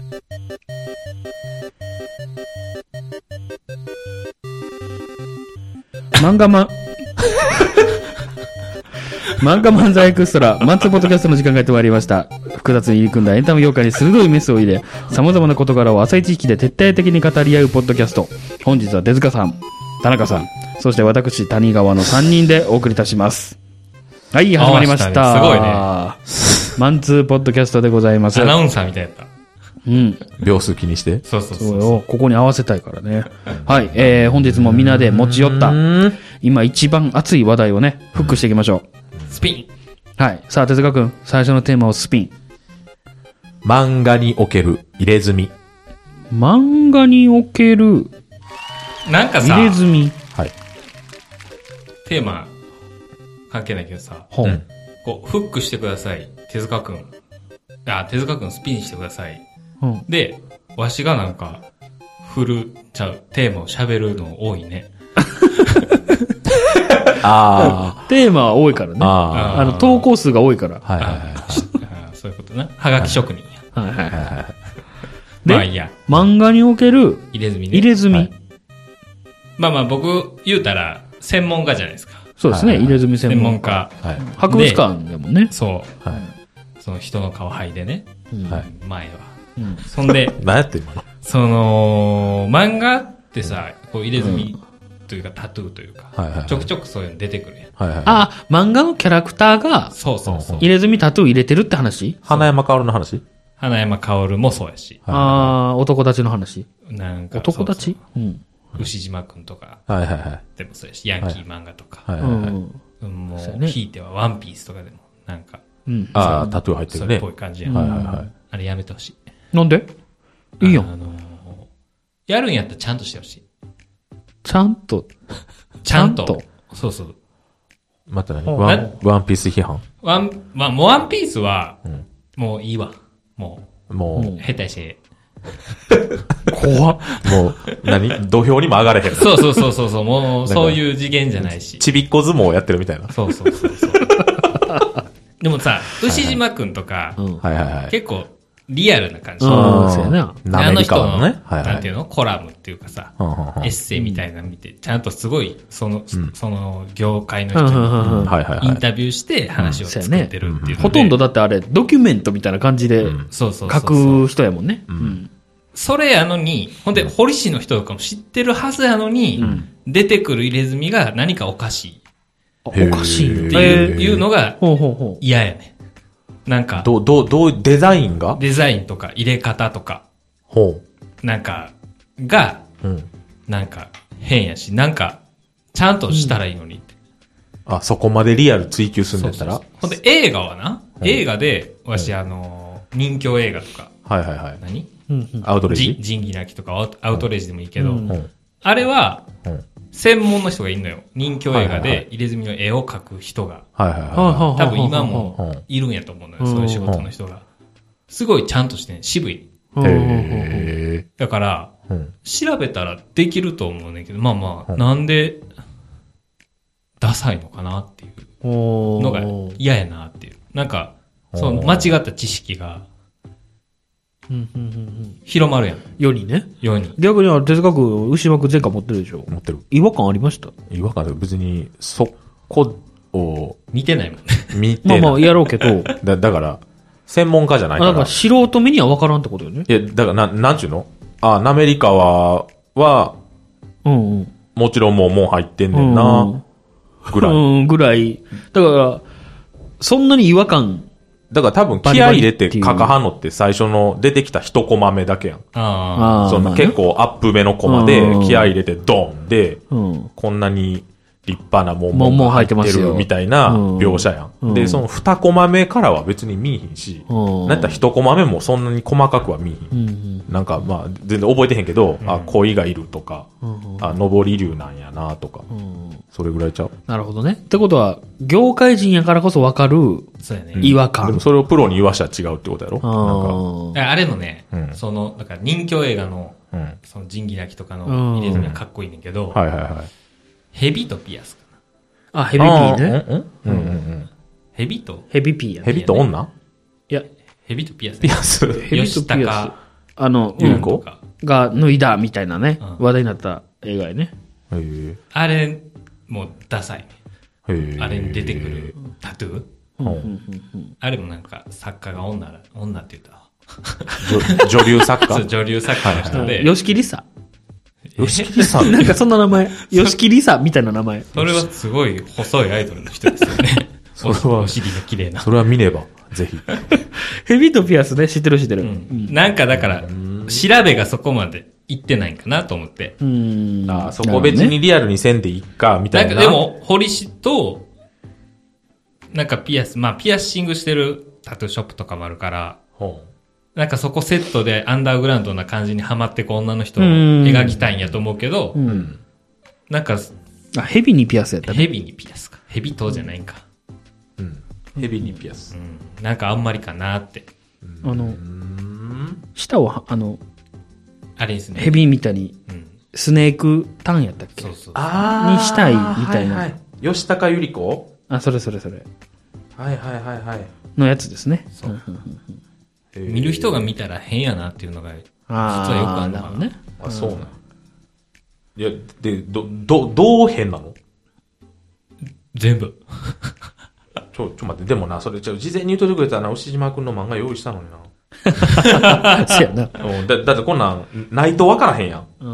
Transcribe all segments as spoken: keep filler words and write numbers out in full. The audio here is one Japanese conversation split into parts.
漫画ま、漫画漫才エクストラ、マンツーポッドキャストの時間がやってまいりました。複雑に入り組んだエンタメ業界に鋭いメスを入れ、様々な事柄を浅い知識で徹底的に語り合うポッドキャスト。本日は手塚さん、田中さん、そして私、谷川のさんにんでお送りいたします。はい、始まりました。 すごいね。 マンツーポッドキャストでございます。 アナウンサーみたいだった。 うん。 秒数気にして。 そうそうそう。 そうよ。ここに合わせたいからね。はい。えー、本日もみんなで持ち寄った、今一番熱い話題をね、フックしていきましょう。 スピン。 はい。さあ、手塚くん、最初のテーマをスピン。 漫画における入れ墨。 漫画における、 なんかさ、 入れ墨。 はい。 テーマ、関係ないけどさ、 本、うん。 こう、フックしてください。手塚くん。あ、手塚くんスピンしてください。 うん、 で、わしがなんか、振るちゃう、テーマを喋るの多いね。 ああ。 テーマは多いからね。 ああの、投稿数が多いから。 はいはいはい。 そういうことな。はがき職人や。はいはいはい。 で、まあいいや。 漫画における入れ墨ね。 入れ墨。はい、 まあまあ僕言うたら専門家じゃないですか。 そうですね。入れ墨専門家。 専門家。 博物館でもね。 そう。 はい。 その人の顔剥いでね。 はい。 前は。そんで、 何やってんの？ その、漫画ってさ、こう入れ墨というかタトゥーというか、ちょくちょくそういうの出てくるやん。 はいはい。 あ、漫画のキャラクターが、 そうそうそう。 入れ墨タトゥー入れてるって話？ 花山薫の話？ 花山薫もそうやし。 ああ、男たちの話？ なんか。 男たち？うん。 牛島くんとか。 はいはいはい。 でもそうやし、ヤンキー漫画とか。 はいはいはい。 もう、ひいてはワンピースとかでも、なんか。 うん。 ああ、タトゥー入ってるね。 それっぽい感じやん。 はいはいはい。 あれやめてほしい。 なんで？いいよ。 あのー、やるんやったらちゃんとしてほしい。 ちゃんと。 ちゃんと。そうそう。 また何ワン、ワンピース批判ワン、まあ、もうワンピースは、もういいわ。もう。もう。 下手して。 怖っ。 もう、何土俵にも上がれへん。 そうそうそうそうそう。もう、そういう次元じゃないし。 ちびっこ相撲をやってるみたいな。 そうそうそうそう。でもさ、牛島くんとか、 はいはいはい。 結構、リアルな感じ。 うん、そうやな。 あの人の、なんていうのコラムっていうかさ、エッセイみたいなの見て、ちゃんとすごい、その、その、業界の人に、インタビューして話を作ってるっていう。 ほとんどだってあれ、ドキュメントみたいな感じで、書く人やもんね。 それやのに、ほんで、堀市の人とかも知ってるはずやのに、出てくる入れ墨が何かおかしい。 おかしいっていうのが、嫌やね。なんか、 どう、どう、どう、デザインがデザインとか入れ方とか、 ほう。なんか、が、うん、なんか、変やし、なんか、ちゃんとしたらいいのにって。 うん、あ、そこまでリアル追求するんだったらそうそうそうほんで、映画はな、うん、映画で、わし、あのー、人気映画とか。 はいはいはい。 何、 うんうん、アウトレイジ仁義なきとか、アウトレイジでもいいけど、うんうん、あれは、うん専門の人がいるのよ。人気映画で入れ墨の絵を描く人が。 はいはいはい。 多分今もいるんやと思うのよ。そういう仕事の人が。すごいちゃんとしてね、渋い。 へだから、調べたらできると思うねんけど、まあまあ、なんで、ダサいのかなっていうのが嫌やなっていう。なんか、その間違った知識が、広まるやん。 世にね。 世に。 逆に手塚くん、牛島くん前回持ってるでしょ。 持ってる。 違和感ありました？ 違和感で別に、そこを。 見てないもんね。 見てない。まあまあ、やろうけど。 だ、だから、専門家じゃないから。 なんか素人目には分からんってことよね。 いや、だから、な、なんちゅうのあ、ナメリカは、は、 うんうん。 もちろんもう、もう入ってんねんな。ぐらい。 うん、ぐらい。だから、そんなに違和感。 だから多分気合い入れて書かはんのって最初の出てきた一コマ目だけやん。 ああ。その結構アップ目のコマで気合い入れてドンで、うん、こんなに立派なもんが入ってるみたいな描写やん。うん、で、その二コマ目からは別に見えひんし、うん、なんやったら一コマ目もそんなに細かくは見えひん。うん、なんかまあ全然覚えてへんけど、うん、あ、恋がいるとか、うん、あ、上り竜なんやなとか。うんそれぐらいちゃうなるほどね。ってことは、業界人やからこそわかる違和感、 うん。でもそれをプロに言わしたら違うってことやろなんかあれのね、うん、その、だから人気映画の、うん、その仁義なきとかの入れ墨はかっこいいねんけど、 うん、はいはいはい。 蛇とピアスかな。あ、ヘビピーね。 うんうんうん。 蛇とヘビピーやね。 蛇と女いや、蛇とピアス。 ピアス。 吉高あの、 ゆり子が脱いだみたいなね、うん、話題になった映画やね。 へあれ、もうダサいね。 へあれに出てくるタトゥー、うんうんうん、あれもなんか作家が女だ、女って言った女流作家女流作家の人で。 吉木りさ。 吉木りさなんかそんな名前。吉木りさみたいな名前。 それはすごい細いアイドルの人ですよね。 それは、 お尻が綺麗な。 それは見ねば、ぜひ。 ヘビとピアスね、知ってる知ってる。うん、なんかだから、調べがそこまで行ってないんかなと思って。 うん。 ああ、そこ別にリアルにせんでいいか、みたいな。 なんかでも、堀氏と、なんかピアス、まあピアッシングしてるタトゥーショップとかもあるから、 ほうなんかそこセットでアンダーグラウンドな感じにハマってく女の人を描きたいんやと思うけど、 うん、 なんか、 あ、ヘビにピアスやったね。 ヘビにピアスか。ヘビ島じゃないんか。 うん。ヘビにピアス。 うん。なんかあんまりかなって。 あの、舌を、あの、 あれですね。 ヘビみたいに、スネークターンやったっけ、 そうそうそう。 あにしたいみたいな。 はいはい、吉高由里子あ、それそれそれ。 はいはいはいはい。 のやつですね。 そう。見る人が見たら変やなっていうのが、実はよくあるんだろうね。 あ、そうなん。いや、で、ど、ど、どう変なの？ 全部。 ちょ、ちょ待って、でもな、それ、ちょ、事前に言うといてくれたらな、牛島くんの漫画用意したのにな。 そうやな。 うん、だ、だってこんなん、ないとわからへんやん。 うん。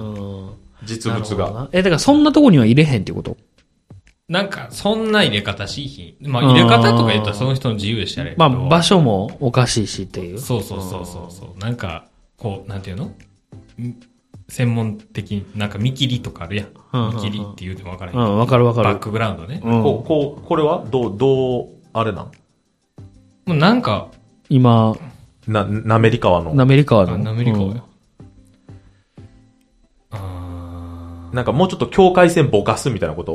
実物が。 え、だからそんなとこには入れへんってこと？ なんか、そんな入れ方しひん。まあ、入れ方とか言ったらその人の自由でしたね。 まあ、場所もおかしいしっていう。 そうそうそうそうそう。なんか、こう、なんていうの？専門的に、なんか見切りとかあるやん。うんうんうん、見切りって言うても分からへん。 うん、分かる分かる。 バックグラウンドね。 うん、こう、こう、これはどう、どう、あれなん？もうなんか、 今、 な、なめりかわの。 なめりかわの。 なめりかわよ。 うん、あなんかもうちょっと境界線ぼかすみたいなこと？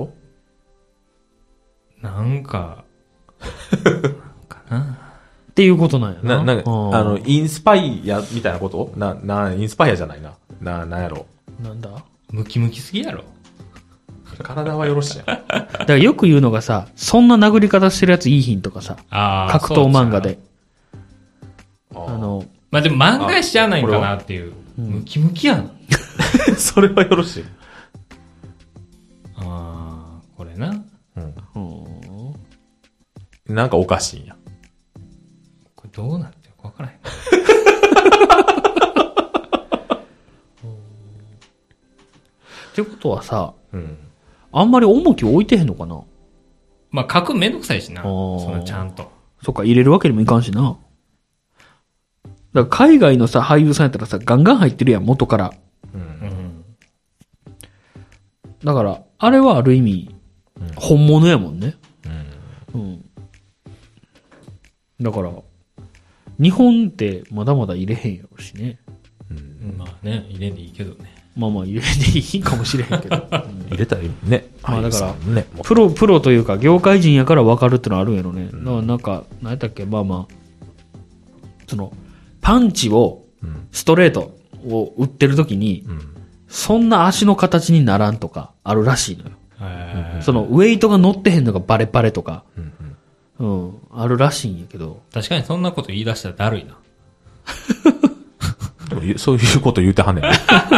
なんか、かな。 っていうことなんやな。 な、なんか、あの、インスパイアみたいなことな、な、インスパイアじゃないな。な、なんやろ。 なんだ？ ムキムキすぎやろ。 体はよろしいやん。 だからよく言うのがさ、そんな殴り方してるやついいひんとかさ。 あ格闘漫画で。 ああの、まあ、でも漫画しちゃわないんかなっていう。ムキムキやん。 それはよろしい。 ああ、これな。 うん。なんかおかしいんや。 これどうなってるかわからへん。 ってことはさ、 うん、 あんまり重きを置いてへんのかな？ まあ、書くめんどくさいしな。そのちゃんと。 そっか、入れるわけにもいかんしな。だから海外のさ、俳優さんやったらさ、ガンガン入ってるやん、元から。 うん、 だから、あれはある意味、うん、本物やもんね。 うん。 うん。だから、日本ってまだまだ入れへんやろしね。 うん、まあね、入れんでいいけどね。 まあまあ入れんでいいかもしれへんけど。うん、 入れたらいいね。 まあだから、 ね、 プロ、プロというか業界人やから分かるってのはあるんやろね。うん、だからなんか、何やったっけ、まあまあ、その、パンチを、ストレートを打ってる時に、うん、そんな足の形にならんとかあるらしいのよ。 うん、 そのウェイトが乗ってへんのがバレバレとか、 うん、 うん、あるらしいんやけど。 確かにそんなこと言い出したらだるいな。 そういうこと言うてはんねん。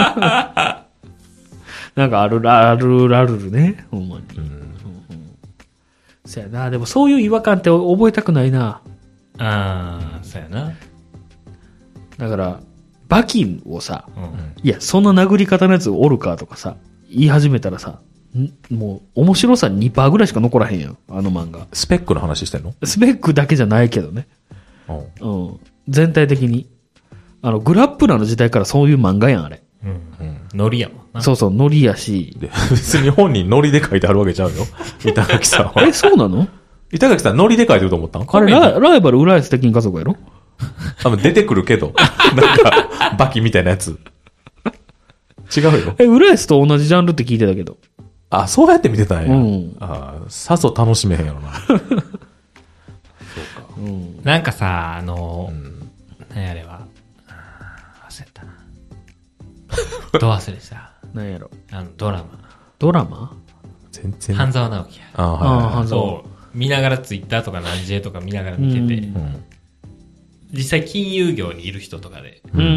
なんかあるら、あるらるるね。ほんまに。うんうんうん、そやな。でもそういう違和感って覚えたくないな。 ああ、そうやな。 だから、バキンをさ、 うん、 いや、そんな殴り方のやつおるかとかさ、言い始めたらさ、んもう面白さ にパーセント ぐらいしか残らへんやん、あの漫画。 スペックの話してんの？ スペックだけじゃないけどね。うん。全体的に。あの、グラップラーの時代からそういう漫画やん、あれ。 うん。うん。ノリやもんな。 そうそう、ノリやし。 で別に本人ノリで書いてあるわけちゃうよ。板垣さんは。 え、そうなの？ 板垣さんノリで書いてると思ったの？ あれラ、ライバル浦安的に家族やろ？ 多分出てくるけど。なんか、バキみたいなやつ。違うよ。 え、浦安と同じジャンルって聞いてたけど。 あ、そうやって見てたんや。 うん。 あさぞ楽しめへんやろな。そうか。 うん。 なんかさ、あの、うん、何やれば。忘れたな。ど忘れした。 何やろ。 あの、ドラマ。 ドラマ？ 全然。 半沢直樹や。 あ、はい、はい。 半沢。 そう。見ながらツイッターとか何時とか見ながら見てて。 うん、 実際金融業にいる人とかで、 うん、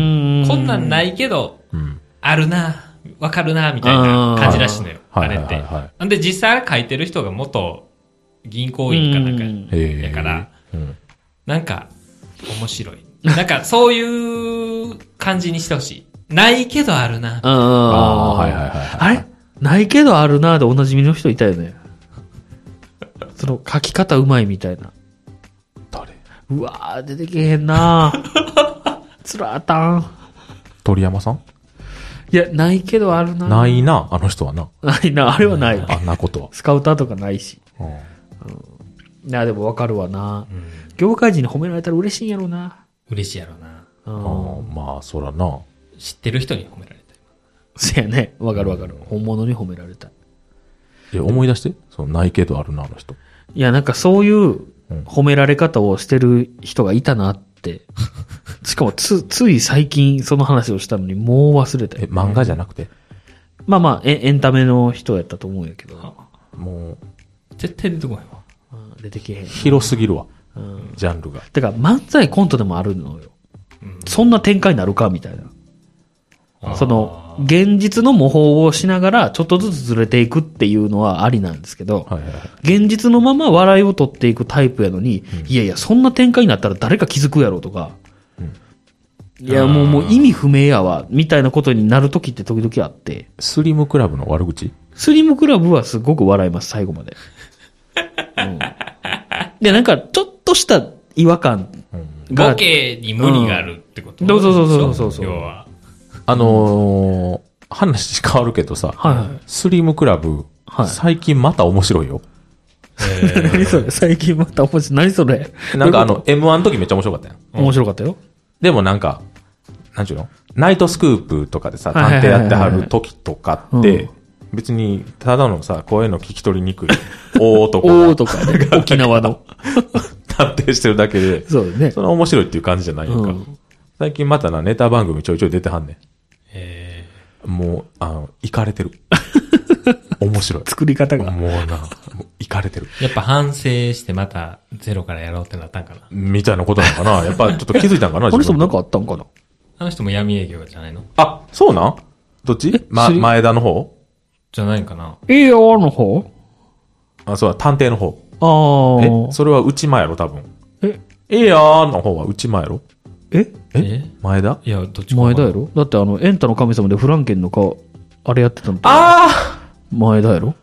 こんなんないけど、うん、あるな、わかるな、みたいな感じらしいのよ。あ, あれって、はいはいはい。なんで実際書いてる人が元銀行員かなんかやから、うん、なんか面白い。なんかそういう感じにしてほしい。ないけどあるな。 ああ、はいはいはい、はい。あれないけどあるなでおなじみの人いたよね。その書き方うまいみたいな。 誰？ うわー、出てけへんなつらーたん。 鳥山さん？ いや、ないけどあるな。 ないな、あの人はな。 ないな、あれはない。 あんなことは。 スカウターとかないし。うん。うん、いや、でもわかるわな、うん。業界人に褒められたら嬉しいんやろうな。 嬉しいやろうな。 うん。まあ、そらな。 知ってる人に褒められたい。 せやね。わかるわかる。本物に褒められたい。 いや、思い出して。そのないけどあるな、あの人。 いや、なんかそういう褒められ方をしてる人がいたなって。しかもつ、つい最近その話をしたのにもう忘れて。 え、漫画じゃなくて？ まあまあ、エエンタメの人やったと思うんやけど。 もう、 絶対出てこないわ。 出てけへん。 広すぎるわ。うん、ジャンルが。 てか、漫才コントでもあるのよ。うん、そんな展開になるかみたいな。その、現実の模倣をしながら、ちょっとずつずれていくっていうのはありなんですけど、はいはいはい、現実のまま笑いを取っていくタイプやのに、うん、いやいや、そんな展開になったら誰か気づくやろとか、うん、いや、もう、もう意味不明やわ、みたいなことになるときって時々あって。 スリムクラブの悪口？ スリムクラブはすごく笑います、最後まで。うん、で、なんか、ちょっとした違和感が。 ボケに無理があるってこと？ そうそうそうそうそうそう。 要は。 あのー、話変わるけどさ、はいはい、スリムクラブ、はい、最近また面白いよ。 えー、何それ最近また面白い。何それなんかあの、エムワン の時めっちゃ面白かったよ。 面白かったよ。 でもなんか、なんちゅうのナイトスクープとかでさ、探偵やってはる時とかって、別に、ただのさ、声の聞き取りにくい大男が。 大男ね。沖縄の。 探偵してるだけで、 そうね。 それは面白いっていう感じじゃないやんか。うん、最近またな、ネタ番組ちょいちょい出てはんねん。へー。もう、あの、イカれてる。面白い。 作り方が。 もうな、もうイカれてる。 やっぱ反省してまたゼロからやろうってなったんかな。 みたいなことなのかな。やっぱちょっと気づいたんかな。 あの人もなんかあったんかな。 あの人も闇営業じゃないの？ あ、そうなん？どっち？ま、前田の方？ じゃないかな。 ええー、の方？ あ、そうだ、探偵の方。 ああ。 え、それは内間やろ、多分。 え、 ええやーの方は内間やろ？ ええ前田？ いや、どっちか。 前田やろ？だってあの、エンタの神様でフランケンの顔、あれやってたの。 ああ前田やろ？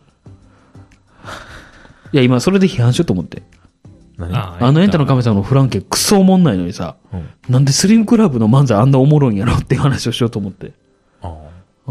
いや、今それで批判しようと思って。 何？ ああのエンタの神様のフランケンクソおもんないのにさ、うん、なんでスリムクラブの漫才あんなおもろいんやろっていう話をしようと思って。ああ。うん。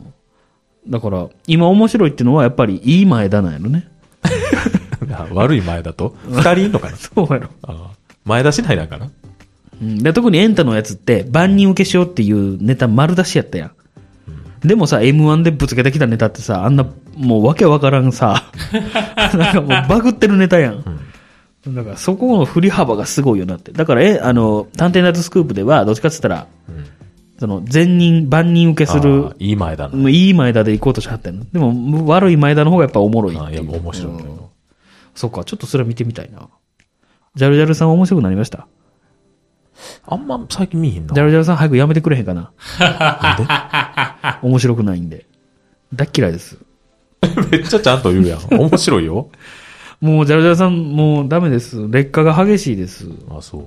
だから、今面白いっていうのはやっぱりいい前田なんやろね。 悪い前田と二人いんのかな？ そうやろ。 ああ前田しないなんかな？ うん、で特にエンタのやつって万人受けしようっていうネタ丸出しやったやん。うん、でもさ、エムワン でぶつけてきたネタってさ、あんなもうわけわからんさ、なんかもうバグってるネタやん。うん、だからそこの振り幅がすごいよなって。だからえ、あの、探偵ナイトスクープではどっちかって言ったら、うんその、善人、万人受けする。 いい前田の。いい前田で行こうとしはったの。でも、悪い前田の方がやっぱおもろいっていう。 ああ、やっぱ面白い、うん。 そっか、ちょっとそれは見てみたいな。ジャルジャルさんは面白くなりました？ あんま最近見えへんな。 ジャルジャルさん早くやめてくれへんかな。なんで？面白くないんで。大っ嫌いです。 めっちゃちゃんと言うやん。面白いよ。 もう、ジャルジャルさん、もうダメです。劣化が激しいです。 あ、そう。うん。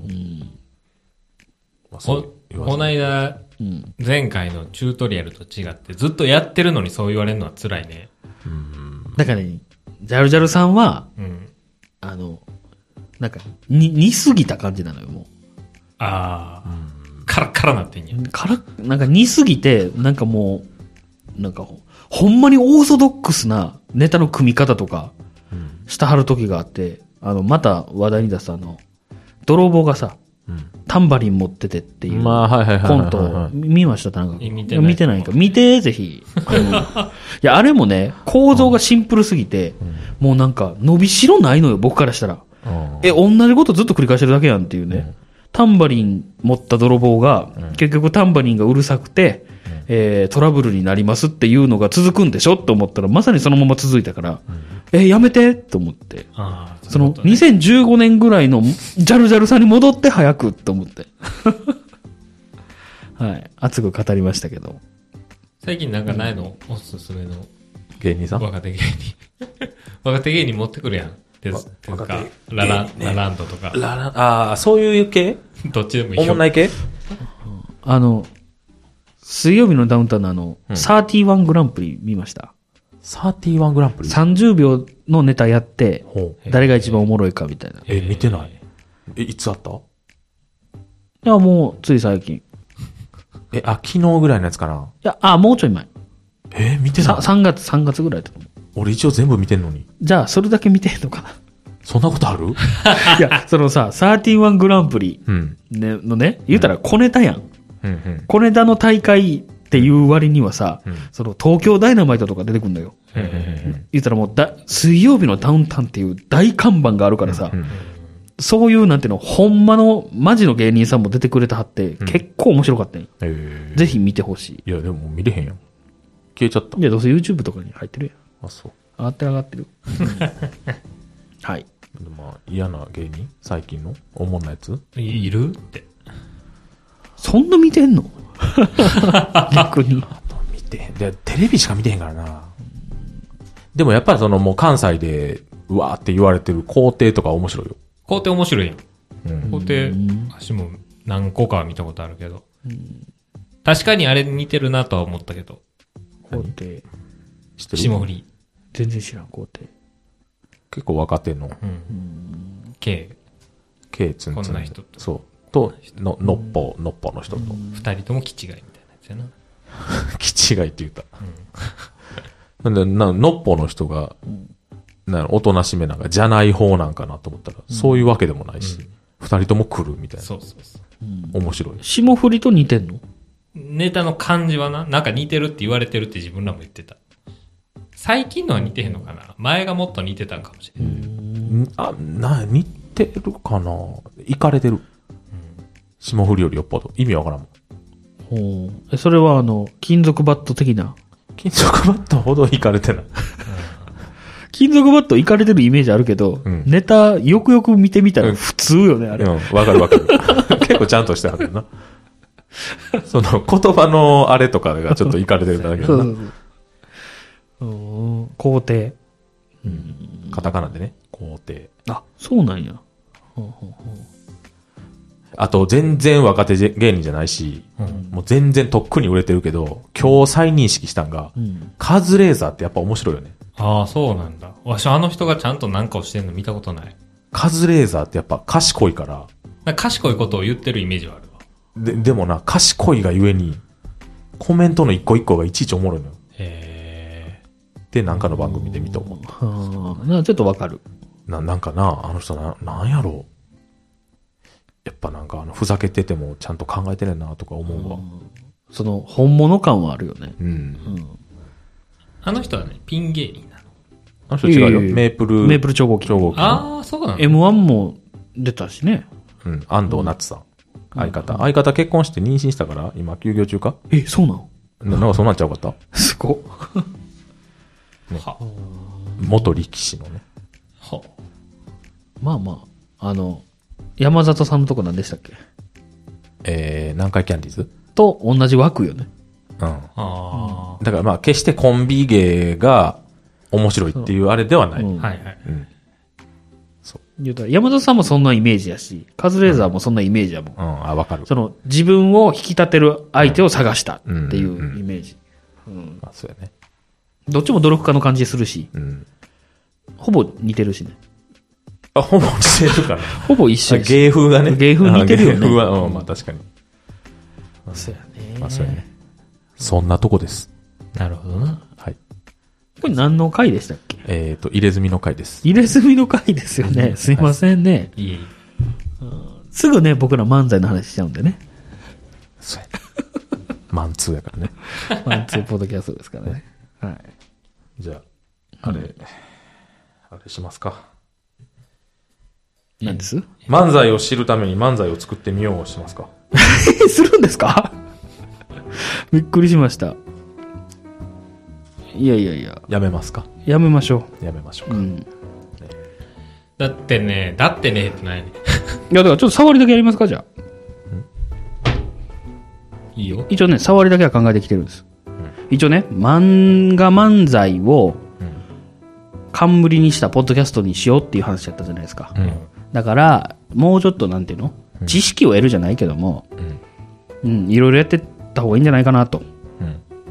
まあ、そうこ、こないだ、うん、前回のチュートリアルと違ってずっとやってるのにそう言われるのは辛いね。 うん。だからね、ジャルジャルさんは、うん、あの、なんか、に、似すぎた感じなのよ、もう。 ああ、うん、カラッカラなってんや。 カラッ、なんか似すぎて、なんかもう、なんか、ほんまにオーソドックスなネタの組み方とか、したはる時があって、あの、また話題に出すあの、泥棒がさ、うん、タンバリン持っててっていうコント見ましたなんか見てない。 見てないか。見て、ぜひ。いや、あれもね、構造がシンプルすぎて、うん、もうなんか、伸びしろないのよ、僕からしたら。うん、え、同じことずっと繰り返してるだけやんっていうね。うん、タンバリン持った泥棒が、うん、結局タンバリンがうるさくて、うん、えー、トラブルになりますっていうのが続くんでしょって思ったら、まさにそのまま続いたから、うん、え、やめてと思って。あその、にせんじゅうごねんぐらいのジャルジャルさんに戻って早くと思って。 はい。熱く語りましたけど。 最近なんかないの、うん、おすすめの。 芸人さん若手芸人。若手芸人持ってくるやん。です。とか、ララ、ね、ラランドとか。 ララン、ああ、そういう系どっちでもいいよ。 おもんない系あの、水曜日のダウンタウンのあの、うん、サーティワングランプリ見ました。 サーティワングランプリ ? さんじゅうびょうのネタやって、誰が一番おもろいかみたいな。 え、見てない。え、いつあった？いや、もう、つい最近。 え、あ、昨日ぐらいのやつかな？ いや、あ、もうちょい前。 えー、見てない ?さん 月、さんがつぐらいだと思う。 俺一応全部見てんのに。 じゃあ、それだけ見てんのかな。 そんなことある？ いや、そのさ、サーティワングランプリ、ね、のね、言うたら小ネタやん。うんうん、小ネタの大会っていう割にはさ、うん、その東京ダイナマイトとか出てくるんだよ。うんうんうん、言ったらもうだ、水曜日のダウンタウンっていう大看板があるからさ、うんうん、そういうなんていうの、ほんまの、マジの芸人さんも出てくれたはって、うん、結構面白かったんよ。ぜひ見てほしい。 いや、でも見れへんやん。消えちゃった。 いや、どうせ YouTube とかに入ってるやん。 あ、そう。 上がってる上がってる。はい。 まあ、嫌な芸人最近のおもんなやつい, いるって。 そんな見てんの逆に。 あと見てへん。で、テレビしか見てへんからな。でもやっぱりそのもう関西で、うわーって言われてる皇帝とか面白いよ。 皇帝面白いよ。うん、皇帝、私も何個か見たことあるけど。うん、確かにあれ似てるなとは思ったけど。 皇帝。 知ってる？ 霜降り。 全然知らん、皇帝。 結構若手の。 うん。K。 K ツンツン。 こんな人。 そう。と、の、のっぽ、のっぽの人と。 二人とも気違いみたいなやつやな。 気違いって言った。うん、なんで、な、のっぽの人が、な、おとなしめなんか、じゃない方なんかなと思ったら、うん、そういうわけでもないし、二、うん、人とも来るみたいな。 そうそうそう。 うん、面白い。 霜降りと似てんの？ ネタの感じはな、なんか似てるって言われてるって自分らも言ってた。最近のは似てへんのかな？前がもっと似てたんかもしれない。 んあ、な、似てるかな？イカれてる。うん、霜降りよりよっぽど。意味わからんもん。 ほう。それはあの、金属バット的な。 金属バットほどイカれてない。 金属バットイカれてるイメージあるけど、うん、ネタよくよく見てみたら普通よね、うん、あれ。うん、 わかるわかる。結構ちゃんとしてはるよな。その言葉のあれとかがちょっとイカれてるだけだな。そうそうそう。皇帝。 うん。カタカナでね、皇帝。 あ、そうなんや。ほうほうほう。 あと、全然若手芸人じゃないし、うん、もう全然とっくに売れてるけど、今日再認識したんが、うん、カズレーザーってやっぱ面白いよね。 ああ、そうなんだ。わしあの人がちゃんと何かをしてんの見たことない。 カズレーザーってやっぱ賢いから。 なんか賢いことを言ってるイメージはあるわ。 で、でもな、賢いがゆえに、コメントの一個一個がいちいちおもろいのよ。へー。で、なんかの番組で見て思った。 はあ、ちょっとわかる。 な、なんかな、あの人な、なんやろう。やっぱなんかあの、ふざけててもちゃんと考えてるなとか思うわ。うん、 その、本物感はあるよね。うん。うん、 あの人はね、ピン芸人なの。 あの人違うよ。メープル。 メープル超合金。 超合金。 ああ、そうなのエムワン も出たしね。 うん。安藤夏さん。うん、相方。相方結婚して妊娠したから、今休業中か？ え、そうなの？ なんかそうなっちゃうかった？ すごっ。 ね。元力士のね。 はまあまあ、あの、山里さんのとこ何でしたっけ？ えー、南海キャンディーズと同じ枠よね。 うん。あだからまあ、決してコンビ芸が面白いっていうあれではない。うん、はいはい。うん。 そう。言うたら山里さんもそんなイメージやし、カズレーザーもそんなイメージやもん。 うん、うん、あ、わかる。 その、自分を引き立てる相手を探したっていうイメージ。 うん。うんうんうん、まあ、そうやね。 どっちも努力家の感じするし、うん。ほぼ似てるしね。 あ、ほぼ似てるから。 ほぼ一緒やし。 芸風がね。 芸風似てるよね。 芸風は、うん、まあ確かに。 まあ、そうやね。 まあそうやね。そんなとこです。 なるほどな。 はい。 これ何の回でしたっけ？ えっと、入れ墨の回です。 入れ墨の回ですよね。すいませんね。いい、うん。すぐね、僕ら漫才の話しちゃうんでね。 そうやね。マンツーやからね。 マンツーポッドキャストですからね。はい。 じゃあ、あれ、うん、あれしますか。 何です？ 漫才を知るために漫才を作ってみようしますか。 するんですか？びっくりしました。いやいやいや。 やめますか？ やめましょう。やめましょうか。うん、ね、 だってね、だってねってないね。 いや、だからちょっと触りだけやりますか、じゃあ。 いいよ。 一応ね、触りだけは考えてきてるんです。うん、一応ね、漫画漫才を冠にしたポッドキャストにしようっていう話だったじゃないですか。うん、だから、もうちょっとなんていうの、うん、知識を得るじゃないけども、うん、うん、いろいろやってった方がいいんじゃないかなと。うん、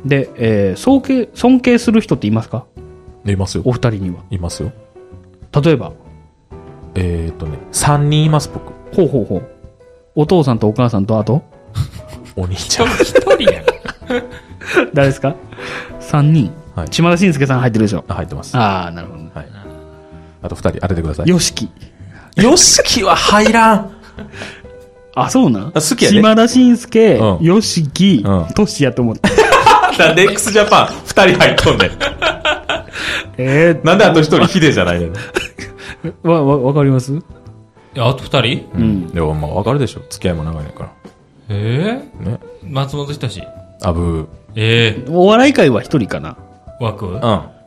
で、えー、尊敬、尊敬する人っていますか？ いますよ。 お二人には。 いますよ。 例えばえーっとね、三人います、僕。 ほうほうほう。お父さんとお母さんとあとお兄ちゃん。 一人やん。 誰ですか？三人。はい。島田紳介さん入ってるでしょ？ あ、入ってます。 ああ、なるほど、ね。 はい。あと二人当ててください。 よしき。 よしきは入らん。 あ、そうなん？ 好きやね。 島田紳介、 うん、 よしき、としやと思った。 なんで X ジャパン二人入っとんねん。 えー、 なんであと一人ヒデじゃないの？ わ、わ、わかります？ いや、あと二人？ うん。でもまあわかるでしょ。付き合いも長いねんから。 ええー、ね。 松本人志。 あぶー。 ええー。お笑い界は一人かな。 枠？うん。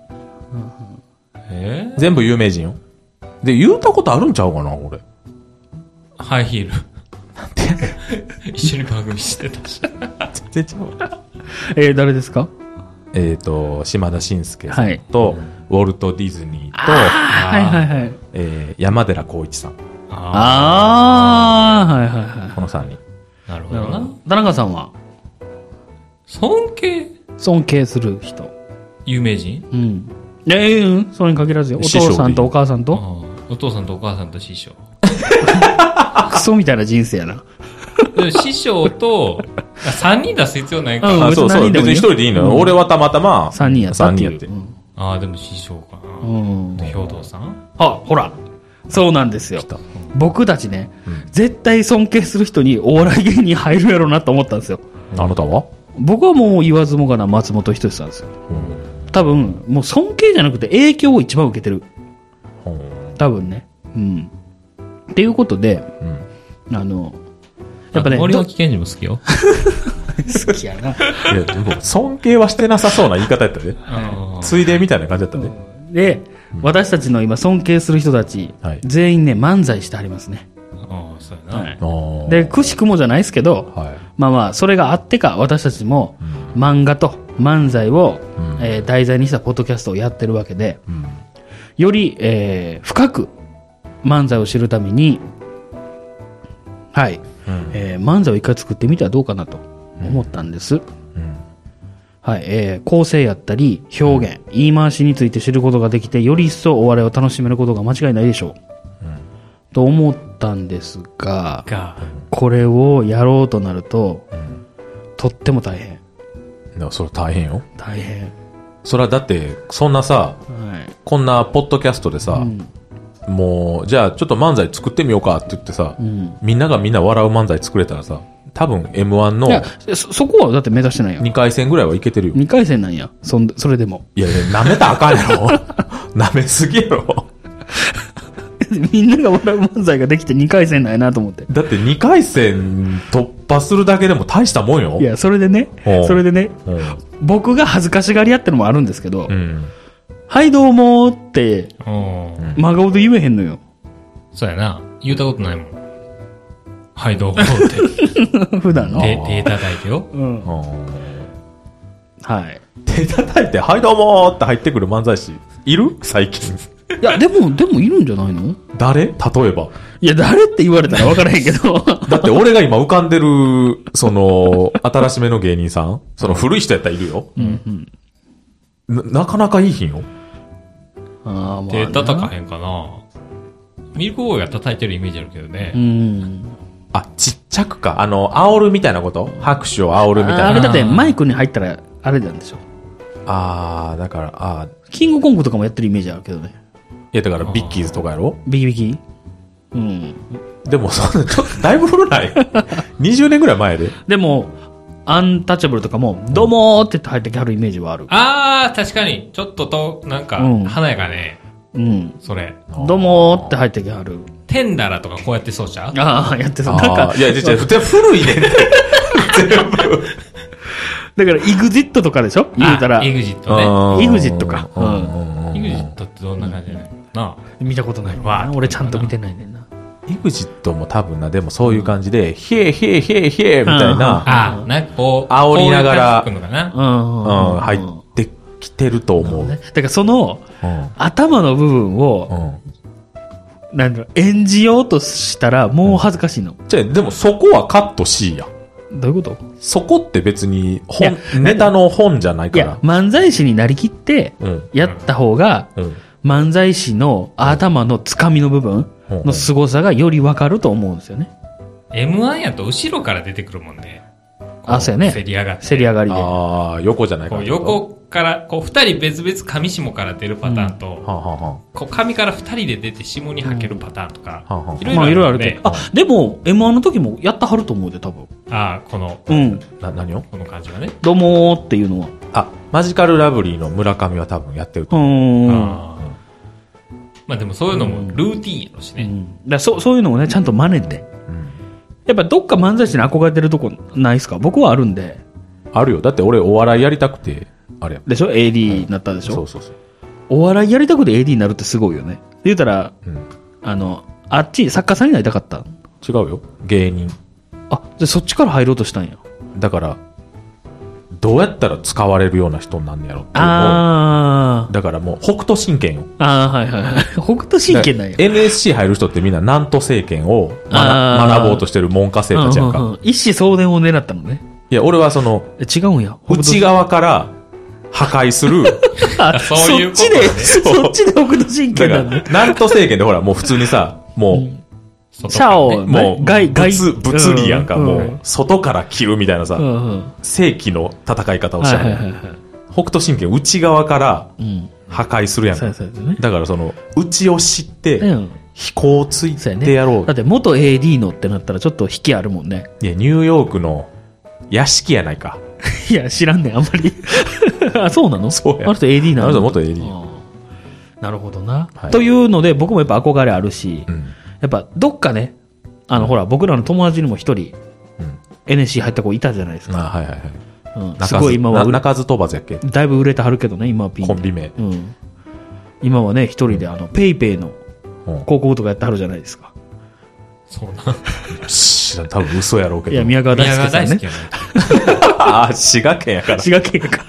ええー、 全部有名人よ。で、言うたことあるんちゃうかな、俺。 ハイヒール。なんて一緒に番組してたし。 全然ちゃう。 えー、誰ですか？ えっ、ー、と、島田紳介さんと、はい、ウォルト・ディズニーと、 はいはいはい。 えー、山寺宏一さん。 ああ、はいはいはい。 このさんにん。 なるほどな。 田中さんは尊敬尊敬する人。 有名人？ うん。ええー、うん。それに限らずよ。お父さんとお母さんとお父さんとお母さんと師匠。 クソみたいな人生やな。 師匠と、さんにん出す必要ないか。 うん、あ、そうそう。別に一人でいいのよ。うん、俺はたまたま、 さんにんやったっていう。 さんにんやって。うん、ああ、でも師匠かな。うん。兵藤さん？ あ、ほら。そうなんですよ。僕たちね、うん、絶対尊敬する人にお笑い芸人入るやろうなと思ったんですよ。 あなたは？ 僕はもう言わずもがな松本人志さんですよ。うん、多分、もう尊敬じゃなくて影響を一番受けてる。うん、多分ね。うん。っていうことで、うん、あの、やっぱね。 森脇健児も好きよ。 好きやな。いや、でも、尊敬はしてなさそうな言い方やったで。ついでみたいな感じだったで。 で、うん、私たちの今尊敬する人たち、はい、全員ね、漫才してありますね。 ああ、そうやな。 はい、で、くしくもじゃないですけど、はい、まあまあ、それがあってか、私たちも、うん、漫画と漫才を、うん、えー、題材にしたポッドキャストをやってるわけで、うん、より、えー、深く漫才を知るために、はい、うんえー、漫才を一回作ってみてはどうかなと思ったんです。うんうんはいえー、構成やったり表現、うん、言い回しについて知ることができてより一層お笑いを楽しめることが間違いないでしょう、うん、と思ったんですが、これをやろうとなると、うん、とっても大変。 いやそれ大変よ。 大変。 それはだってそんなさ、はい、こんなポッドキャストでさ、うんもうじゃあちょっと漫才作ってみようかって言ってさ、うん、みんながみんな笑う漫才作れたらさ多分 エムワン のいや そ, そこはだって目指してないよ。 にかい戦ぐらいはいけてるよ。 にかい戦なんや そ, それでも。 いやいや舐めたらあかんやろ舐めすぎやろみんなが笑う漫才ができてにかい戦なんやなと思って。 だってにかい戦突破するだけでも大したもんよ。 いやそれでねそれでね僕が恥ずかしがり屋ってのもあるんですけど、うんはいどうもーって真顔で言えへんのよ。 そうやな言うたことないもん。はいどうもって普段の手手叩いてよ、うん、 はい手叩いてはいどうもーって入ってくる漫才師いる最近。 いやでもでもいるんじゃないの。 誰例えば。 いや誰って言われたら分からへんけどだって俺が今浮かんでるその新しめの芸人さんその古い人やったらいるよ、うんうん、な, なかなかいいひんよ。 あ手叩かへんかな。ミルクボーイが叩いてるイメージあるけどね。うんあちっちゃくかあの煽るみたいなこと拍手を煽るみたいな。 あ, あれだってマイクに入ったらあれなんでしょ。 ああだからあキングコングとかもやってるイメージあるけどね。 いやだからビッキーズとかやろ。 ビキビキうんでもそんなちょっとだいぶ古ないにじゅうねんぐらい前で。 でもアンタッチャブルとかも、どうもーって入ってきはるイメージはある。 あー、確かに。ちょっとと、なんか、華やかね。うん。それ。 どうもーって入ってきはる。 テンダラとかこうやってそうちゃう？ あー、やってそう。なんか。 いや、じゃじゃ古いねんって。全部。 だから、イグジットとかでしょ言うたら。 イグジットね。 イグジットか。 うん。イグジットってどんな感じだよな。 見たことないわ。俺ちゃんと見てないねんな。 エグジットも多分な、でもそういう感じで、ヒエヒエヒエヒエみたいな、 あ、なんかこう、 煽りながら、 こういう感じで来るのかな、 うん、入ってきてると思う。 だからその、頭の部分を、なんだろう、演じようとしたら、もう恥ずかしいの。 じゃあ、でもそこはカットしいや。 どういうこと？ そこって別に本、ネタの本じゃないから。いや、 漫才師になりきって、やった方が、漫才師の頭のつかみの部分の凄さがよりわかると思うんですよね。 エムワン やと後ろから出てくるもんね。 あ、そうやね。 せり上がって。 せり上がりで。 ああ、横じゃないか。 横から、こう、二人別々上下から出るパターンと、うんはあはあ、こう上から二人で出て下に履けるパターンとか、うんはあはあ、いろいろある、ね。まあ、いろいろあるけど。 あ、でも、エムワン の時もやったはると思うで、多分。 ああ、この、 うん。 な、何をこの感じはね。 どうもーっていうのは。 あ、マジカルラブリーの村上は多分やってると思う。うん。 あまあでもそういうのもルーティンやろしね。うん、 だそそういうのをね、ちゃんと真似て。うん、やっぱどっか漫才師に憧れてるとこないですか？僕はあるんで。 あるよ。だって俺お笑いやりたくて、あれでしょ ?エーディー になったでしょ、 うん、そうそうそう。 お笑いやりたくて エーディー になるってすごいよね。言うたら、うん、あの、あっち作家さんになりたかった？ 違うよ。芸人。 あ、じゃあそっちから入ろうとしたんや。 だから、どうやったら使われるような人になんねやろっていうのを。 あだからもう北斗神拳よ。 ああ、はいはいはい。北斗神拳なんや。 エヌエスシー 入る人ってみんな南都政権を学, 学ぼうとしてる門下生たちやんか。うんうんうん、 一子相伝を狙ったのね。 いや、俺はその、 違うんや。 内側から破壊する。 あ、そういうこと、ね、 そっちで、そっちで北斗神拳なんだ。 南都政権でほらもう普通にさ、もう、うんシャオ、 もう、外、物、物理やんか、うん、もう、外から切るみたいなさ、うんうん、正規の戦い方をしたの、はいはいはいはい。北斗神拳内側から破壊するやんか。うんそうそうね、だからその、内を知って、うん、飛行をついてやろう。 ね、だって元 エーディー のってなったらちょっと引きあるもんね。 いや、ニューヨークの屋敷やないか。 いや、知らんねん、あんまり。あ、そうなの？ そうや。 あの人 エーディー なの？ あの人元 エーディー。 なるほどな、はい。というので、僕もやっぱ憧れあるし、うんやっぱ、どっかね、あの、ほら、僕らの友達にも一人、うん、エヌエスシー 入った子いたじゃないですか。 あ、はいはいはい。 うん、すごい今は、 鳴かず飛ばずやっけだいぶ売れてはるけどね、今はピン。 コンビ名。 うん。今はね、一人で、あの、ペイペイの広告とかやってはるじゃないですか。 そうな。 知らん、多分嘘やろうけど。 いや、宮川大輔さんね。 宮川大輔ああ、滋賀県やから。 滋賀県やから。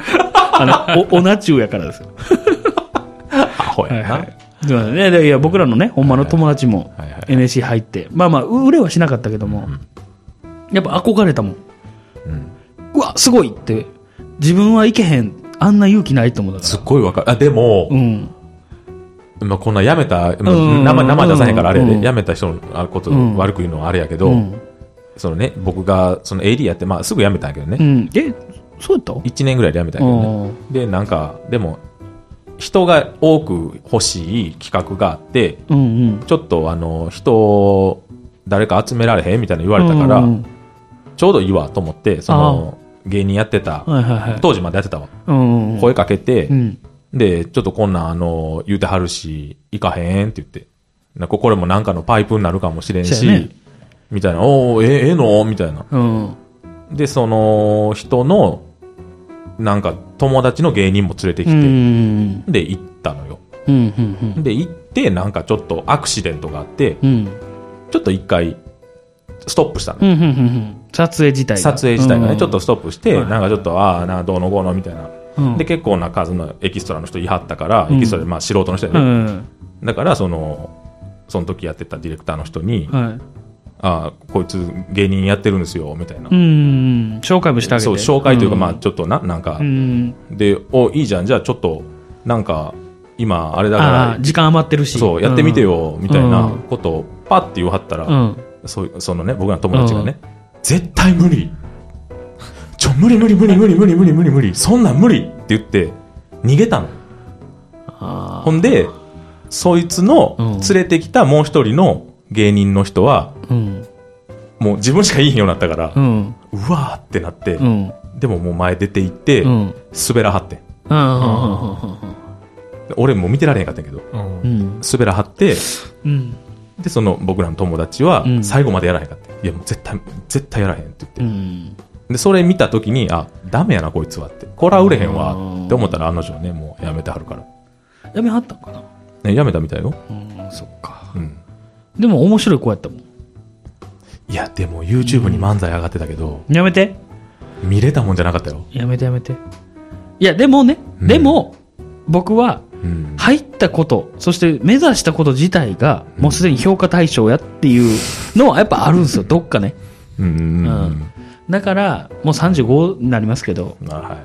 あの、お、おなちゅうやからですよ。 アホやな。はいはいね、いや僕らのね、ほんまの友達も エヌエスシー 入って、まあまあ、売れはしなかったけども、うん、やっぱ憧れたもん。うん、うわ、すごいって、自分はいけへん、あんな勇気ないと思うだから。 すっごいわかる。あ、でも、うん、まあこんな辞めた、まあ、生、生出さへんからあれやで、うん、辞めた人のことを悪く言うのはあれやけど、うん、そのね、僕がその エーディー やって、まあすぐ辞めたんやけどね。 うん、え、そうやった ? いち 年ぐらいで辞めたんやけどね。で、なんか、でも、人が多く欲しい企画があって、うんうん、ちょっとあの人誰か集められへんみたいな言われたから、うんうん、ちょうどいいわと思ってその芸人やってた、はいはいはい、当時までやってたわ、うんうん、声かけて、うん、でちょっとこんなんあの言うてはるし行かへんって言ってなんかこれもなんかのパイプになるかもしれんし、ね、みたいなおーえええのみたいな、うん、でその人のなんか友達の芸人も連れてきて、うん、で行ったのよ、うんうんうん、で行ってなんかちょっとアクシデントがあって、うん、ちょっと一回ストップしたのよ、うんうんうん、 撮影自体が撮影自体がね、うん、ちょっとストップして、うん、なんかちょっとああなどうのこうのみたいな、うん、で結構な数のエキストラの人いはったから、うん、エキストラでまあ素人の人やね、うん、だからそのその時やってたディレクターの人に、はいああこいつ芸人やってるんですよみたいなうん紹介もしてあげてそう紹介というか、うん、まあちょっとななんかうんでおいいじゃんじゃあちょっとなんか今あれだから時間余ってるしそうやってみてよ、うん、みたいなことをパッて言わはったら、うん、そ, そのね僕らの友達がね、うん、絶対無理ちょ無理無理無理無理無理無理無理無理そんなん無理って言って逃げたのあほんでそいつの連れてきたもう一人の芸人の人は、うん、もう自分しかいいようになったから、うん、うわーってなって、うん、でももう前出て行って、うん、滑らはってん、うん、俺もう見てられへんかったんやけど、うん、滑らはって、うん、でその僕らの友達は最後までやらへんかった、いやもう絶対絶対やらへんって言って、うん、でそれ見た時にあダメやなこいつはってこれは売れへんわって思ったらあの女ねもうやめてはるからやめはったんかな、 ね、やめたみたいよ、 うん、そっか、 うんでも面白い子やったもん。 いや、でも YouTube に漫才上がってたけど。 うん、やめて。 見れたもんじゃなかったよ。 やめてやめて。いや、でもね、うん、でも、僕は、入ったこと、そして目指したこと自体が、もうすでに評価対象やっていうのはやっぱあるんですよ、どっかね。うんうんうんうん、だから、もうさんじゅうごになりますけど、はい、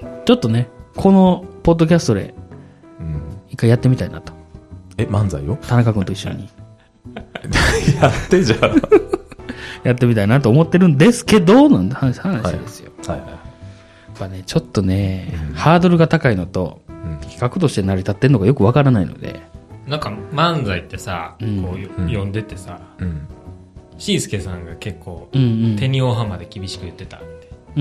ちょっとね、このポッドキャストで、一回やってみたいなと。 え、漫才を田中君と一緒に。 やってじゃん。 やってみたいなと思ってるんですけど、なんて話ですよ。はいはいはい、やっぱね、ちょっとね、うん、ハードルが高いのと、企画として成り立ってるのがよくわからないので。 なんか漫才ってさ、うん、こう読んでてさ、うん、しんすけさんが結構、うんうん、手に大浜で厳しく言ってたって、うん、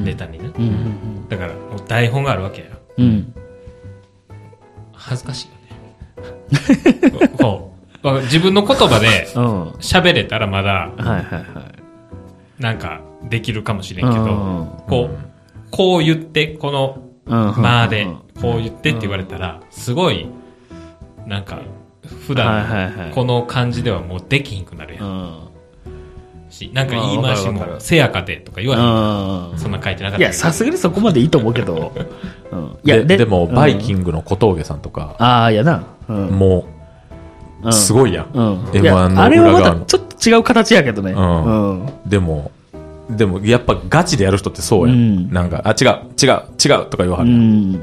ネタにね、うんうんうん、だからもう台本があるわけや、うん、恥ずかしいよね。こう自分の言葉で喋れたらまだ、はいはいはい、なんかできるかもしれんけど、こうこう言ってこのまあでこう言ってって言われたらすごいなんか普段この感じではもうできひんくなるやんし、なんか言い回しもせやかでとか言われへん、そんな書いてなかった。 いやさすがにそこまでいいと思うけど、 うん、いや で, で, でもバイキングの小峠さんとか、 うん、ああいやな、うん、 もうすごいやん、うん、エムワン の裏側のあれはまたちょっと違う形やけどね、 うんうん、でもでもやっぱガチでやる人ってそうやん、うん、なんかあ違う違う違うとか言わはる、うん、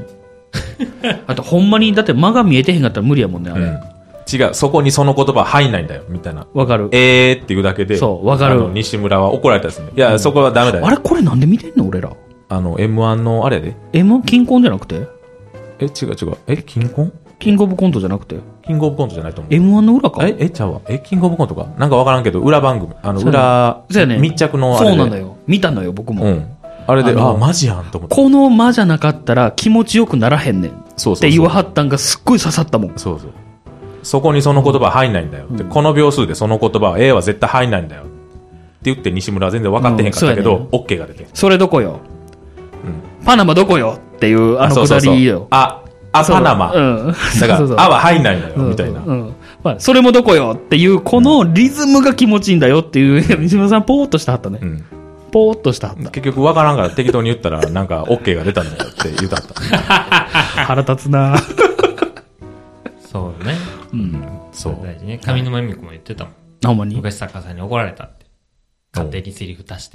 あとほんまにだって間が見えてへんかったら無理やもんねあれ、うん、 違うそこにその言葉入んないんだよみたいな、 わかる、 えーっていうだけで、 そうわかる、あの西村は怒られたですね、いや、うん、そこはダメだよ。 あれこれなんで見てんの俺ら、 あの エムワン のあれやでエムワン 金婚じゃなくて、 え違う違う、え金婚キングオブコントじゃなくて、 キングオブコントじゃないと思う。 エムワン の裏か。 え、え、ちゃうわ。え、キングオブコントか。なんかわからんけど、裏番組。あの、裏、ね、密着のあれで。 そうなんだよ。見たのよ、僕も。うん。 あれで、あ、マジやんと思って。 この間じゃなかったら気持ちよくならへんねん。そうそうそう。って言わはったんがすっごい刺さったもん。 そうそう。そこにその言葉入んないんだよ。うん、で、この秒数でその言葉は A は絶対入んないんだよ。って言って西村は全然分かってへんかったけど、うんね、OK が出て。 それどこよ。うん。パナマどこよっていう、あのくだりよ。 あ、あ、パナマ。うん。だから、そうそうそう、あは入んないんだよ、みたいな。うん。 まあ、それもどこよっていう、このリズムが気持ちいいんだよっていう、西村さん、ポーっとしたはったね。うん。ポーっとしたはった。 結局、わからんから適当に言ったら、なんか、OK が出たんだよって言うたった。 腹立つなそうね。うん。そう。大事ね。上沼恵美子も言ってたもん。 ほんまに昔作家さんに怒られたって。勝手にセリフ足して。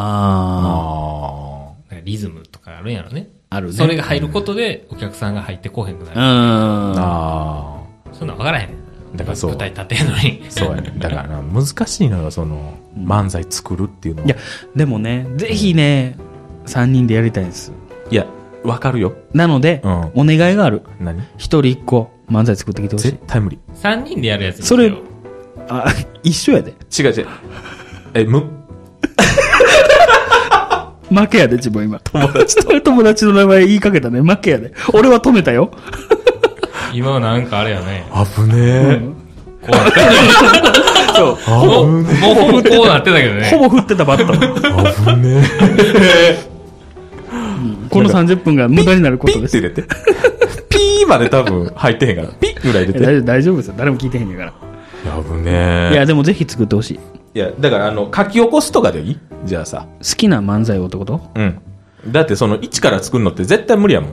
ああ。リズムとかあるんやろね。 あるね。 それが入ることでお客さんが入ってこうへんくなる。うん。 ああ。 そんなん分からへん。 だからそう。 舞台立てんのに。 そうやね。だからな、難しいのよ、その、漫才作るっていうのは。 いや、でもね、ぜひね、さんにんでやりたいんです。 いや、わかるよ。 なので、うん、お願いがある。 何？ 一人一個漫才作ってきてほしい。 絶対無理。 さんにんでやるやつですよ。 それ、あ、一緒やで。 違う違う。え、む、 負けやで、自分今。 友達と。 友達の名前言いかけたね。負けやで。俺は止めたよ。 今はなんかあれやね。 危ねえ。うん、こうなってた。そう。ほぼ、もうほぼこうなってたけどね。 ほぼ振ってたバット。 危ねえ。 このさんじゅっぷんが無駄になることです。 ピッって入れて。ピーまで多分入ってへんから。ピッぐらい入れて。 大丈夫ですよ。誰も聞いてへんねんから。 危ねえ。 いや、でもぜひ作ってほしい。 いや、だからあの、書き起こすとかでいい？じゃあさ。 好きな漫才をってこと？ うん。だってその一から作るのって絶対無理やもん。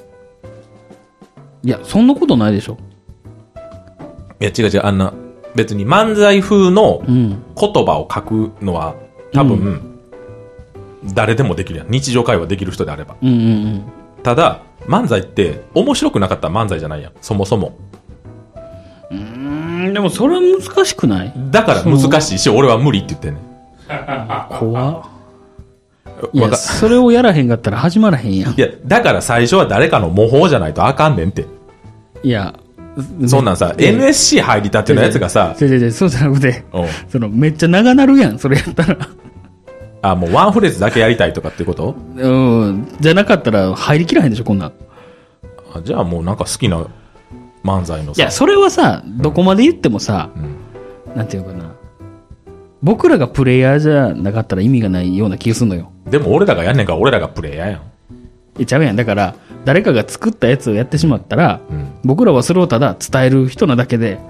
いや、そんなことないでしょ。 いや、違う違う、あんな、別に漫才風の言葉を書くのは、多分、うん、誰でもできるやん。日常会話できる人であれば。うんうんうん、ただ、漫才って面白くなかったら漫才じゃないやん。そもそも。 うーん、でもそれは難しくない？ だから難しいし、俺は無理って言ってんねん。 怖っ。いや、それをやらへんかったら始まらへんやん。 いや、だから最初は誰かの模倣じゃないとあかんねんって。 いや、 そんなんさ、エヌエスシー 入りたてのやつがさ。 違う違う、そうじゃなくて、その、めっちゃ長なるやん、それやったら。 あ、もうワンフレーズだけやりたいとかってこと？ うん。じゃなかったら入りきらへんでしょ、こんなん。 あ、じゃあもうなんか好きな漫才のさ。 いや、それはさ、どこまで言ってもさ、うん、なんていうかな。僕らがプレイヤーじゃなかったら意味がないような気がするのよ。 でも俺らがやんねんから俺らがプレイヤーやん。 え、ちゃうやん。だから、誰かが作ったやつをやってしまったら、うん、僕らはそれをただ伝える人なだけで、うん、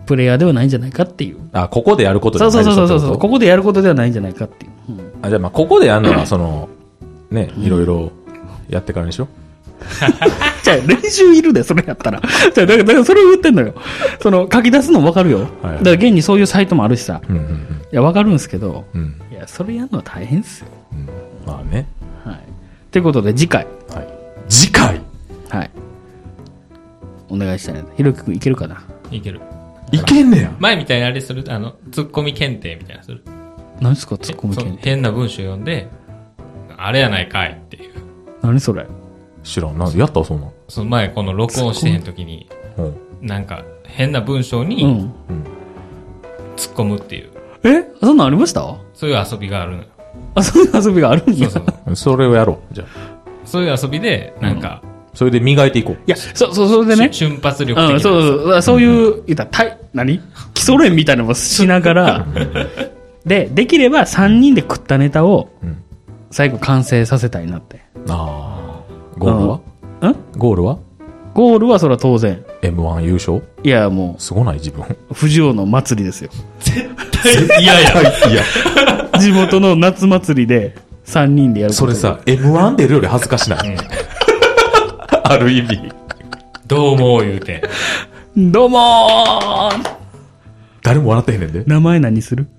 プレイヤーではないんじゃないかっていう。 あ、ここでやることじゃないそうそうそうそう。ここでやることではないんじゃないかっていう。うん、 あ、じゃあまあ、ここでやるのは、その、ね、いろいろやってからでしょじゃあ練習いるで、それやったら。じゃあ、だから、だからそれを言ってんのよ。その、書き出すの分かるよ。はい、だから現にそういうサイトもあるしさ。うんうんうん、いや、分かるんですけど、うん、いや、それやるのは大変っすよ。うん、 まあね。 はい。ということで、次回。 はい。次回はい。お願いしたいな。ひろきくんいけるかな？ いける。 いけんねや。 前みたいなあれするあの、ツッコミ検定みたいなする。 何ですか、ツッコミ検定。 変な文章読んで、あれやないかいっていう。 何それ？ 知らん。なんでやったそんな。 その前この録音してへんときに、なんか変な文章に、うん、突っ込むっていう。 え？そんなんありました？ そういう遊びがあるのよ。 あ、そういう遊びがあるんや。そうそう。それをやろう。じゃあ。 そういう遊びで、なんか、 うん、それで磨いていこう。 いや、そう、そう、それでね。 瞬発力的な。 うん、そうそう、そういう、言ったら、たい、何基礎練みたいなのもしながら、で、できればさんにんで食ったネタを、最後完成させたいなって。ああ。ゴールはんゴールはゴールはそれは当然。 エムワン 優勝いや、もう。 すごない自分。 藤尾の祭りですよ。 絶対嫌や。いや。 地元の夏祭りでさんにんでやる。 それさ、エムワン 出るより恥ずかしない。うん、ある意味。 どうも言うて。 どうもー誰も笑ってへんねんで。 名前何する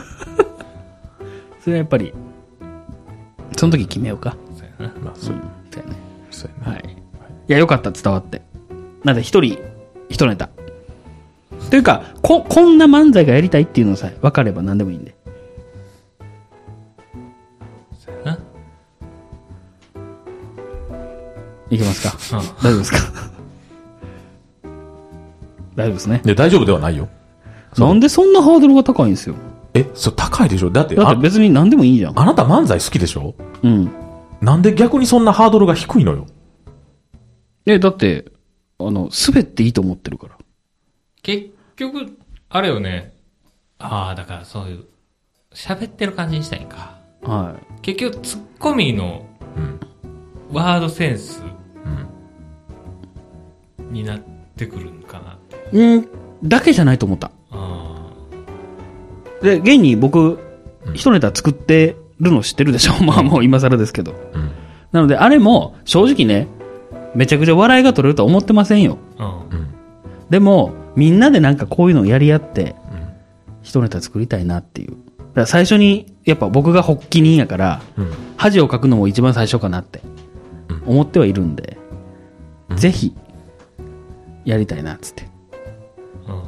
それはやっぱり、その時決めようか。 そうやな。まあ、そう。そうやね。 そうやね。はい。いや、よかった、伝わって。なんで、一人、一ネタ。というか、こ、こんな漫才がやりたいっていうのさえ分かれば何でもいいんで。 そうやな。 いけますか、うん、大丈夫ですか大丈夫ですね。 で、大丈夫ではないよ。 なんでそんなハードルが高いんですよ。 え、そう、高いでしょだって、 だって別に何でもいいじゃん。 あなた漫才好きでしょうん。 なんで逆にそんなハードルが低いのよ。 え、だって、あの、滑っていいと思ってるから。 結局、あれよね。ああ、だからそういう、喋ってる感じにしたいんか。 はい。 結局、ツッコミの、ワードセンス、になってくるんかなって。 うん、だけじゃないと思った。あで、現に僕、一ネタ作ってるの知ってるでしょまあもう今更ですけど。うん、なので、あれも、正直ね、めちゃくちゃ笑いが取れるとは思ってませんよ。うん、でも、みんなでなんかこういうのをやり合って、一ネタ作りたいなっていう。だから最初に、やっぱ僕が発起人やから、うん、恥をかくのも一番最初かなって思ってはいるんで、うん、ぜひ、やりたいなっつって、うんうん、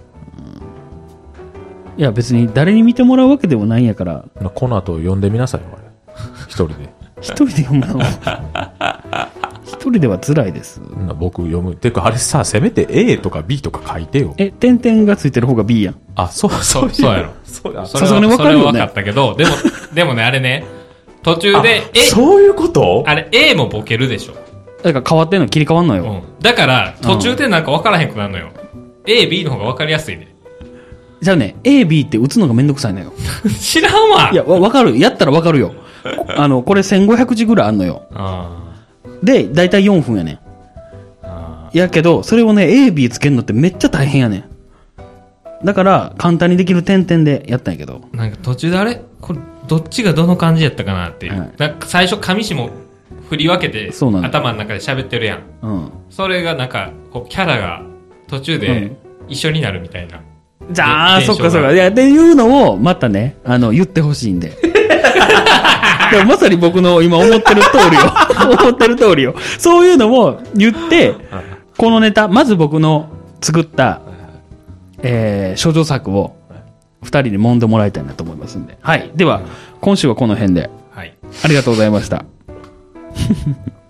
いや別に誰に見てもらうわけでもないんやから。 この後読んでみなさいよあれ一人で一人で読むの一人では辛いです。 僕読むてかあれさせめて A とか B とか書いてよ。 え点々がついてる方が B やん。 あそうそうそうやろ。 さすがに分かるよね。 それは分かったけどでもでもねあれね途中でえそういうことあれ A もボケるでしょ。 だから変わってんの切り替わんのよ、 うん、だから途中でなんか分からへんくなるのよ、うん、A、B の方が分かりやすいね。 じゃあね A、B って打つのがめんどくさいのよ知らんわ。 いや分かるやったら分かるよあのこれせんごひゃくじぐらいあんのよ。あでだいたいよんぷんやねん。あやけどそれをね A、B つけるのってめっちゃ大変やねん。だから簡単にできる点々でやったんやけどなんか途中であれこれどっちがどの感じやったかなっていう、はい、なんか最初上下も振り分けて頭の中で喋ってるやん、うん、それがなんかこうキャラが途中で一緒になるみたいな、 うん、じゃあそっかそっかいやっていうのをまたねあの言ってほしいんででもまさに僕の今思ってる通りよ思ってる通りよそういうのも言ってこのネタまず僕の作った、えー、処女作をふたりで揉んでもらいたいなと思いますんではいでは今週はこの辺で、はい、ありがとうございました